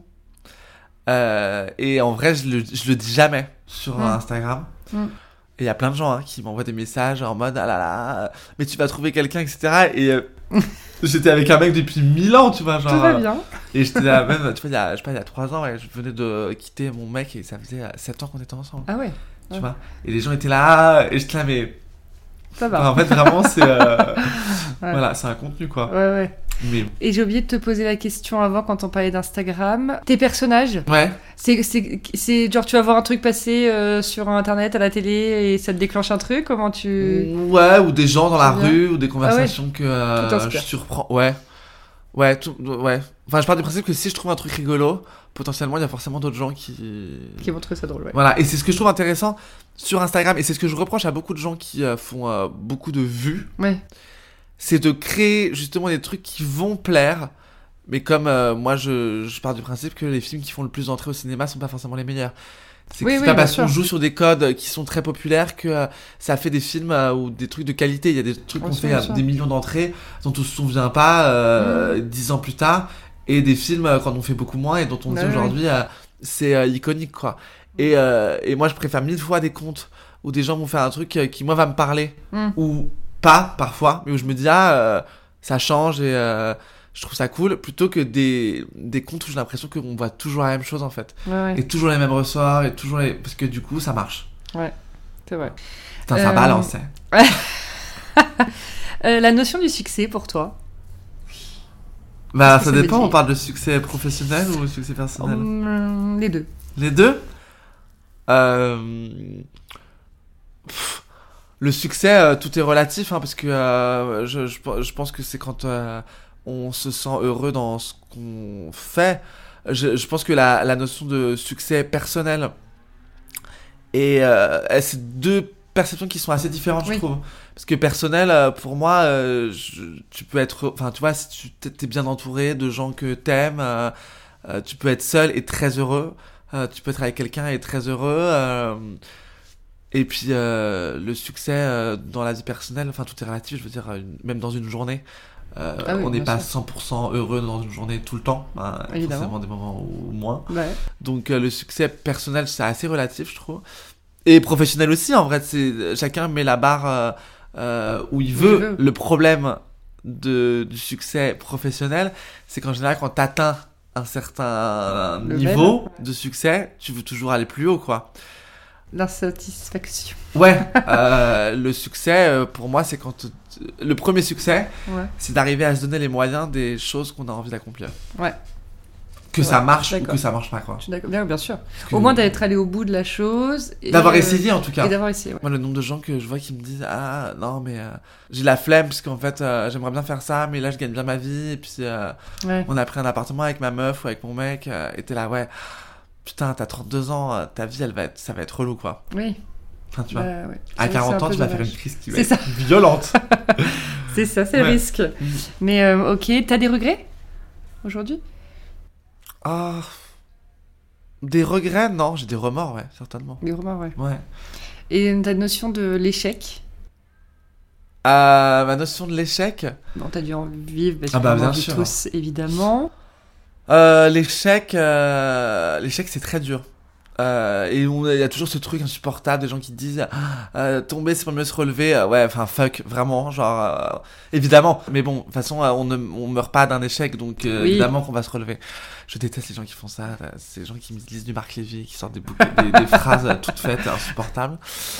Euh, et en vrai je le, je le dis jamais sur Mm. Instagram. Mm. Et il y a plein de gens hein, qui m'envoient des messages en mode ah là là, euh, mais tu vas trouver quelqu'un, et cetera. Et euh, j'étais avec un mec depuis mille ans, tu vois, genre. Tout va euh, bien. Et j'étais là même, tu vois, il y a, je sais pas, il y a trois ans, ouais, je venais de quitter mon mec et ça faisait euh, sept ans qu'on était ensemble, Ah ouais, tu ouais. vois. Et les gens étaient là, et j'étais là, mais ça va. enfin, en fait vraiment c'est euh, Ouais. voilà, c'est un contenu quoi. Ouais, ouais. Mais Et j'ai oublié de te poser la question avant quand on parlait d'Instagram. Tes personnages, ouais, c'est, c'est, c'est genre tu vas voir un truc passer euh, sur internet, à la télé et ça te déclenche un truc? Comment tu. ouais, ou des gens dans la C'est bien. rue ou des conversations que euh, Tout t'inspire. je surprends. Ouais, ouais, tout, ouais. Enfin, je pars du principe que si je trouve un truc rigolo, potentiellement il y a forcément d'autres gens qui. Qui vont trouver ça drôle, ouais. Voilà, et c'est ce que je trouve intéressant sur Instagram et c'est ce que je reproche à beaucoup de gens qui euh, font euh, beaucoup de vues. Ouais. C'est de créer justement des trucs qui vont plaire, mais comme euh, moi je, je pars du principe que les films qui font le plus d'entrées au cinéma sont pas forcément les meilleurs. C'est que Oui, c'est oui, pas bien parce qu'on sûr. joue sur des codes qui sont très populaires que euh, ça fait des films euh, ou des trucs de qualité. Il y a des trucs Bien qu'on sûr, fait bien à sûr. des millions d'entrées dont on se souvient pas euh, Mm. dix ans plus tard, et des films euh, quand on fait beaucoup moins et dont on Ouais, dit ouais. aujourd'hui euh, c'est euh, iconique quoi. Et, euh, et moi je préfère mille fois des comptes où des gens vont faire un truc euh, qui moi va me parler Mm. ou pas parfois, mais où je me dis ah euh, ça change et euh, je trouve ça cool, plutôt que des, des comptes où j'ai l'impression qu'on voit toujours la même chose en fait. Ouais, ouais. Et toujours les mêmes ressorts, et toujours les... parce que du coup ça marche. C'est vrai. Putain, ça Euh, balance. Hein. Euh, la notion du succès pour toi? Bah qu'est-ce que ça ça veut dépend, dire on parle de succès professionnel ou succès personnel. Hum, Les deux. Les deux euh... Pff, le succès, euh, tout est relatif, hein, parce que euh, je, je, je pense que c'est quand euh, on se sent heureux dans ce qu'on fait. Je, je pense que la, la notion de succès personnel et euh, c'est deux perceptions qui sont assez différentes, oui. je trouve. Parce que personnel, pour moi, euh, je, tu peux être, enfin, tu vois, si tu t'es bien entouré de gens que t'aimes, euh, euh, tu peux être seul et très heureux. Euh, tu peux être avec quelqu'un et très heureux. Euh, et puis euh, le succès euh, dans la vie personnelle, enfin, tout est relatif. Je veux dire, une, même dans une journée. Euh, ah oui, on n'est pas sûr. cent pour cent heureux dans une journée tout le temps, hein, forcément des moments ou moins. Ouais. Donc euh, le succès personnel, c'est assez relatif, je trouve. Et professionnel aussi, en vrai, c'est chacun met la barre euh, euh, où il veut. il veut. Le problème de, du succès professionnel, c'est qu'en général, quand t'atteins un certain le niveau même. de succès, tu veux toujours aller plus haut, quoi. L'insatisfaction. Ouais, euh, le succès, euh, pour moi, c'est quand... Le premier succès, ouais. c'est d'arriver à se donner les moyens des choses qu'on a envie d'accomplir. Ouais. Que ouais, ça marche ou que ça marche pas, quoi. Je suis d'accord, bien, bien sûr. Que... Au moins d'être allé au bout de la chose. Et d'avoir euh... essayé, en tout cas. Et d'avoir essayé, ouais. Moi, le nombre de gens que je vois qui me disent « Ah, non, mais euh, j'ai la flemme, parce qu'en fait, euh, j'aimerais bien faire ça, mais là, je gagne bien ma vie. » Et puis, euh, ouais. on a pris un appartement avec ma meuf ou avec mon mec. Euh, et t'es là, ouais, putain, t'as trente-deux ans, ta vie, elle va être, ça va être relou, quoi. Oui. Enfin, tu vois, bah, ouais. à quarante ans, tu vas dommage. faire une crise qui va c'est être ça. violente. C'est ça, c'est ouais. le risque. Mais euh, ok, t'as des regrets aujourd'hui ? Ah, des regrets, non, j'ai des remords, ouais, certainement. Des remords, ouais. Ouais. Et ta notion de l'échec ? euh, Ma notion de l'échec ? Bon, t'as dû en vivre, parce ah bah, qu'on bien en vit sûr. tous, évidemment. Euh, l'échec, euh, l'échec, c'est très dur. Euh, et il y a toujours ce truc insupportable des gens qui disent euh, tomber c'est pour mieux se relever. Euh, ouais, enfin fuck, vraiment, genre euh, évidemment. Mais bon, de toute façon, euh, on ne on meurt pas d'un échec, donc euh, oui. évidemment qu'on va se relever. Je déteste les gens qui font ça, euh, ces gens qui me lisent du Marc Lévy, qui sortent des, bouquets, des, des phrases euh, toutes faites, insupportables.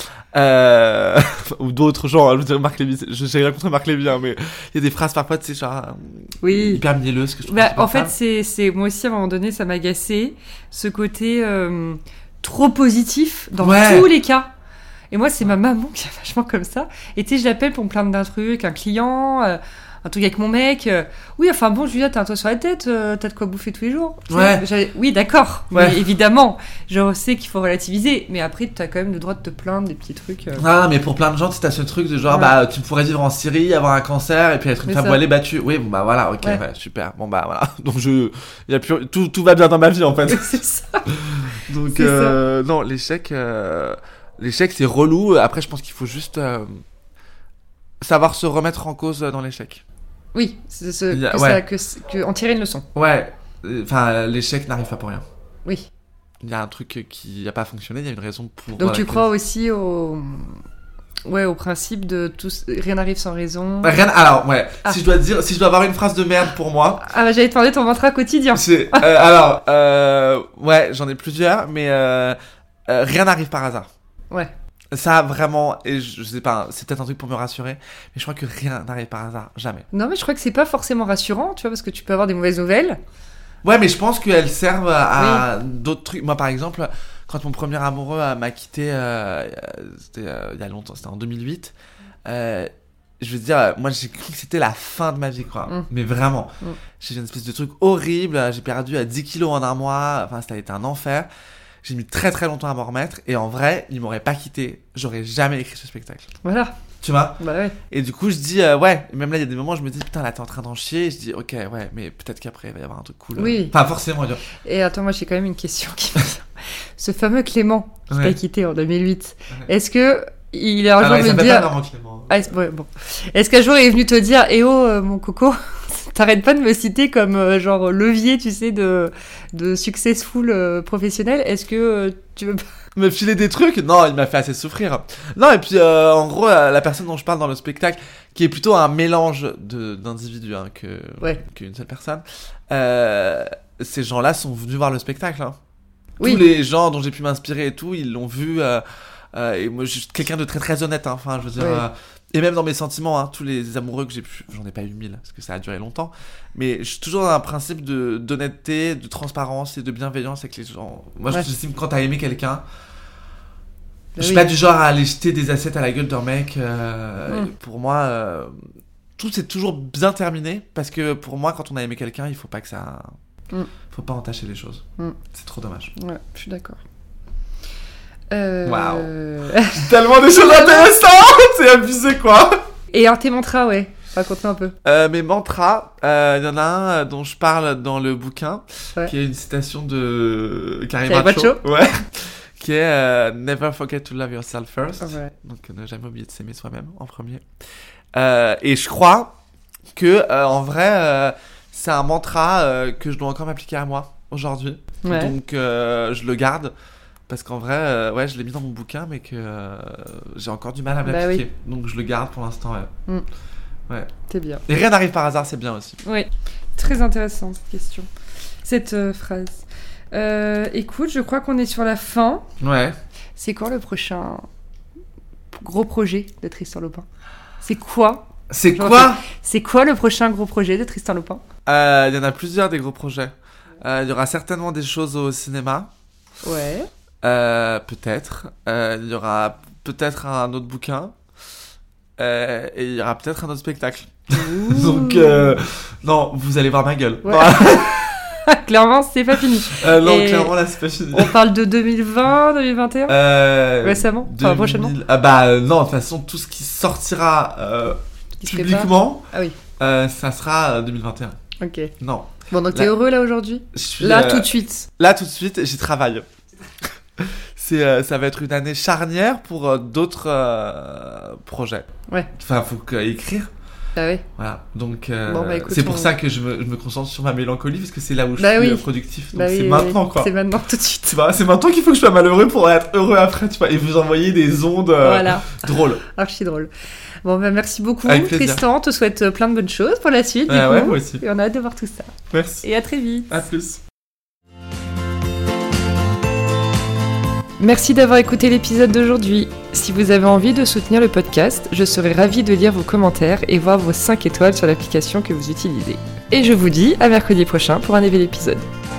Euh, ou d'autres gens, hein, je veux dire Marc Lévy, je j'ai rien contre Marc Lévy, hein, mais il y a des phrases parfois, tu sais, genre euh, oui. hyper mielleuses que je trouve. Bah, en fait, c'est c'est moi aussi à un moment donné, ça m'a agacé ce côté euh, trop positif dans ouais. tous les cas. Et moi, c'est ma maman qui est vachement comme ça. Et tu sais, je l'appelle pour me plaindre d'un truc, un client, euh, un truc avec mon mec. Euh, oui, enfin bon, Julia, t'as un toit sur la tête, euh, t'as de quoi bouffer tous les jours. Ouais. Oui, d'accord. Ouais. Mais évidemment, je sais qu'il faut relativiser. Mais après, t'as quand même le droit de te plaindre des petits trucs. Euh... Ah, mais pour plein de gens, tu as ce truc de genre, ouais. bah, tu pourrais vivre en Syrie, avoir un cancer et puis être une femme voilée battue. Oui, bon, bah voilà, ok, ouais. Ouais, super. Bon, bah voilà. Donc, je. Y a plus... tout, tout va bien dans ma vie, en fait. C'est ça. Donc, c'est euh, ça. Non, l'échec. Euh... L'échec, c'est relou. Après, je pense qu'il faut juste euh, savoir se remettre en cause dans l'échec. Oui, c'est ce, a, que, ouais. ça, que, que en tirer une leçon. Ouais, enfin, l'échec n'arrive pas pour rien. Oui. Il y a un truc qui n'a pas fonctionné, il y a une raison pour... Donc tu crois aussi au... Ouais, au principe de tout... rien n'arrive sans raison. Bah, rien... Alors, ouais, ah. si je dois dire, si je dois avoir une phrase de merde pour moi... Ah bah j'allais te parler de ton mantra quotidien. C'est, euh, alors, euh, ouais, j'en ai plusieurs, mais euh, euh, rien n'arrive par hasard. Ouais. Ça, vraiment, et je, je sais pas, c'est peut-être un truc pour me rassurer, mais je crois que rien n'arrive par hasard, jamais. Non, mais je crois que c'est pas forcément rassurant, tu vois, parce que tu peux avoir des mauvaises nouvelles. Ouais, mais je pense qu'elles servent à oui. d'autres trucs. Moi, par exemple, quand mon premier amoureux m'a quitté, euh, c'était euh, il y a longtemps, c'était en deux mille huit, euh, je veux dire, moi, j'ai cru que c'était la fin de ma vie, quoi. Mm. Mais vraiment. Mm. J'ai eu une espèce de truc horrible, j'ai perdu dix kilos en un mois, enfin, ça a été un enfer. J'ai mis très très longtemps à m'en remettre et en vrai, il m'aurait pas quitté. J'aurais jamais écrit ce spectacle. Voilà. Tu vois ? Bah ouais. Et du coup, je dis, euh, ouais, même là, il y a des moments où je me dis, putain, là, t'es en train d'en chier. Et je dis, ok, ouais, mais peut-être qu'après, il va y avoir un truc cool. Oui. Enfin, forcément. Dur. Et attends, moi, j'ai quand même une question qui me vient. Ce fameux Clément qui ouais. t'a quitté en deux mille huit, ouais. est-ce que il a un jour me dire. Pas Clément. Ah, est-ce... Ouais, bon. Est-ce qu'un jour il est venu te dire, eh oh, euh, mon coco, t'arrêtes pas de me citer comme euh, genre levier, tu sais, de, de successful euh, professionnel. Est-ce que euh, tu veux pas me filer des trucs? Non, il m'a fait assez souffrir. Non, et puis euh, en gros, la personne dont je parle dans le spectacle, qui est plutôt un mélange de, d'individus hein, que, ouais. qu'une seule personne, euh, ces gens-là sont venus voir le spectacle. Hein. Oui. Tous les gens dont j'ai pu m'inspirer et tout, ils l'ont vu. Euh, euh, et moi, je suis quelqu'un de très très honnête. Hein, enfin, je veux dire. Ouais. Euh, Et même dans mes sentiments, hein, tous les amoureux que j'ai pu... J'en ai pas eu mille, parce que ça a duré longtemps. Mais je suis toujours dans un principe de, d'honnêteté, de transparence et de bienveillance avec les gens. Moi, ouais. j'estime que quand t'as aimé quelqu'un... Je suis oui. pas du genre à aller jeter des assiettes à la gueule d'un mec. Euh, mm. Pour moi, euh, tout est toujours bien terminé, parce que pour moi, quand on a aimé quelqu'un, il faut pas que ça... Mm. Faut pas entacher les choses. Mm. C'est trop dommage. Ouais, je suis d'accord. Euh... Waouh. Tellement des choses intéressantes. C'est abusé, quoi. Et alors tes mantras, ouais. Raconte-moi un peu. Euh, mes mantras, il euh, y en a un dont je parle dans le bouquin, ouais. qui est une citation de Carrie Bradshaw, ouais, qui est euh, Never forget to love yourself first. Ouais. Donc ne jamais oublier de s'aimer soi-même en premier. Euh, et je crois que euh, en vrai, euh, c'est un mantra euh, que je dois encore m'appliquer à moi aujourd'hui. Ouais. Donc euh, je le garde. Parce qu'en vrai, euh, ouais, je l'ai mis dans mon bouquin, mais que euh, j'ai encore du mal à m'appliquer. Bah oui. Donc je le garde pour l'instant, ouais. Mm. Ouais. C'est bien. Et rien n'arrive par hasard, c'est bien aussi. Oui, très intéressant cette question, cette euh, phrase. Euh, écoute, je crois qu'on est sur la fin. Ouais. C'est quoi le prochain gros projet de Tristan Lopin ? C'est quoi ? C'est Genre, quoi ? C'est quoi le prochain gros projet de Tristan Lopin ? euh, Il y en a plusieurs des gros projets. Euh, il y aura certainement des choses au cinéma. Ouais. Euh, peut-être. Euh, il y aura peut-être un autre bouquin. Euh, et il y aura peut-être un autre spectacle. Donc, euh, non, vous allez voir ma gueule. Ouais. Clairement, c'est pas fini. Euh, non, et clairement, là, c'est pas fini. On parle de deux mille vingt, deux mille vingt et un euh, Récemment deux mille... Enfin, prochainement ah bah, euh, non, de toute façon, tout ce qui sortira euh, qui publiquement, ah oui. euh, ça sera deux mille vingt et un. Ok. Non. Bon, donc là, t'es heureux là aujourd'hui ? Je suis, Là, euh, tout de suite. Là, tout de suite, j'y travaille. C'est, euh, ça va être une année charnière pour euh, d'autres euh, projets. Ouais. Enfin, faut que, écrire. Bah oui. Voilà. Donc, euh, bon, bah, écoute, c'est pour on... ça que je me, je me concentre sur ma mélancolie, parce que c'est là où je bah suis oui. productif. Donc, bah c'est oui, maintenant, oui. quoi. C'est maintenant, tout de suite. Tu vois, c'est maintenant qu'il faut que je sois malheureux pour être heureux après, tu vois, et vous envoyer des ondes euh, voilà. drôles. Archi drôle. Bon, bah, merci beaucoup, Tristan. On te souhaite plein de bonnes choses pour la suite. Ouais, du ouais, coup. moi aussi. Et on a hâte de voir tout ça. Merci. Et à très vite. À plus. Merci d'avoir écouté l'épisode d'aujourd'hui. Si vous avez envie de soutenir le podcast, je serai ravie de lire vos commentaires et voir vos cinq étoiles sur l'application que vous utilisez. Et je vous dis à mercredi prochain pour un nouvel épisode.